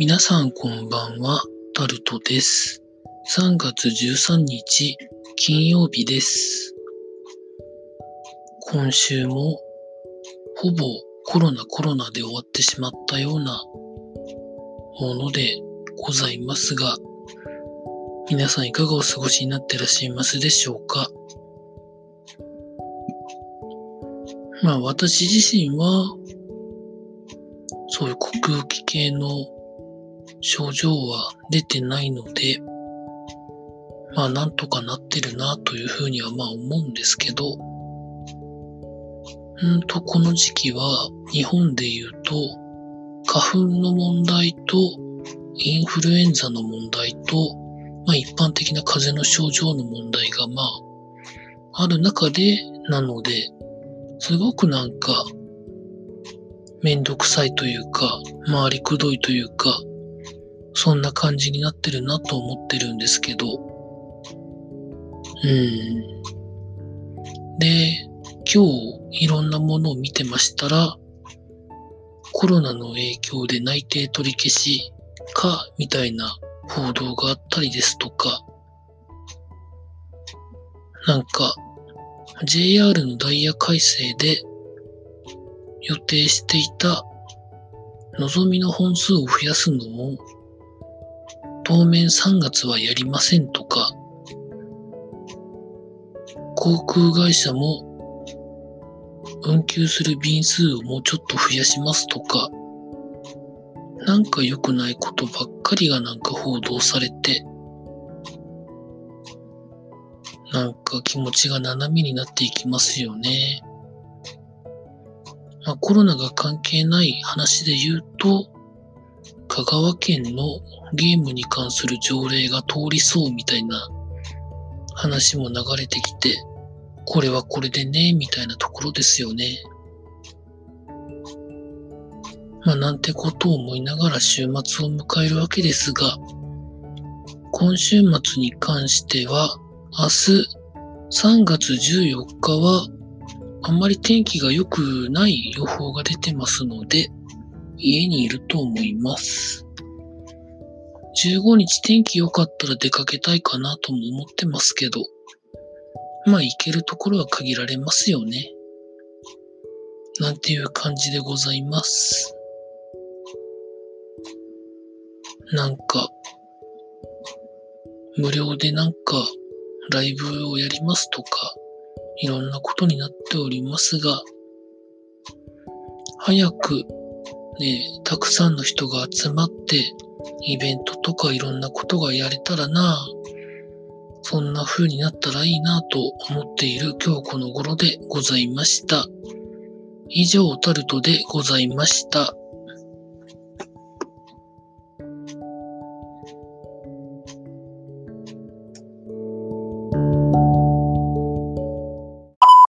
皆さんこんばんは、タルトです。3月13日、金曜日です。今週も、ほぼコロナで終わってしまったようなものでございますが、皆さんいかがお過ごしになっていらっしゃいますでしょうか。私自身は、そういう呼吸器系の症状は出てないので、なんとかなってるなというふうには思うんですけど、この時期は日本で言うと、花粉の問題とインフルエンザの問題と、一般的な風邪の症状の問題がある中でなので、すごくめんどくさいというか、回りくどいというか、そんな感じになってるなと思ってるんですけど、で、今日いろんなものを見てましたら、コロナの影響で内定取り消しかみたいな報道があったりですとか、JR のダイヤ改正で予定していたのぞみの本数を増やすのを当面3月はやりませんとか、航空会社も運休する便数をもうちょっと増やしますとか、良くないことばっかりが報道されて、気持ちが斜めになっていきますよね。コロナが関係ない話で言うと、香川県のゲームに関する条例が通りそうみたいな話も流れてきて、これはこれでね、みたいなところですよね。なんてことを思いながら週末を迎えるわけですが、今週末に関しては、明日3月14日はあんまり天気が良くない予報が出てますので、家にいると思います。15日天気良かったら出かけたいかなとも思ってますけど、行けるところは限られますよね。なんていう感じでございます。無料でライブをやりますとか、いろんなことになっておりますが、早くたくさんの人が集まって、イベントとかいろんなことがやれたらそんな風になったらいいなと思っている今日この頃でございました。以上、タルトでございました。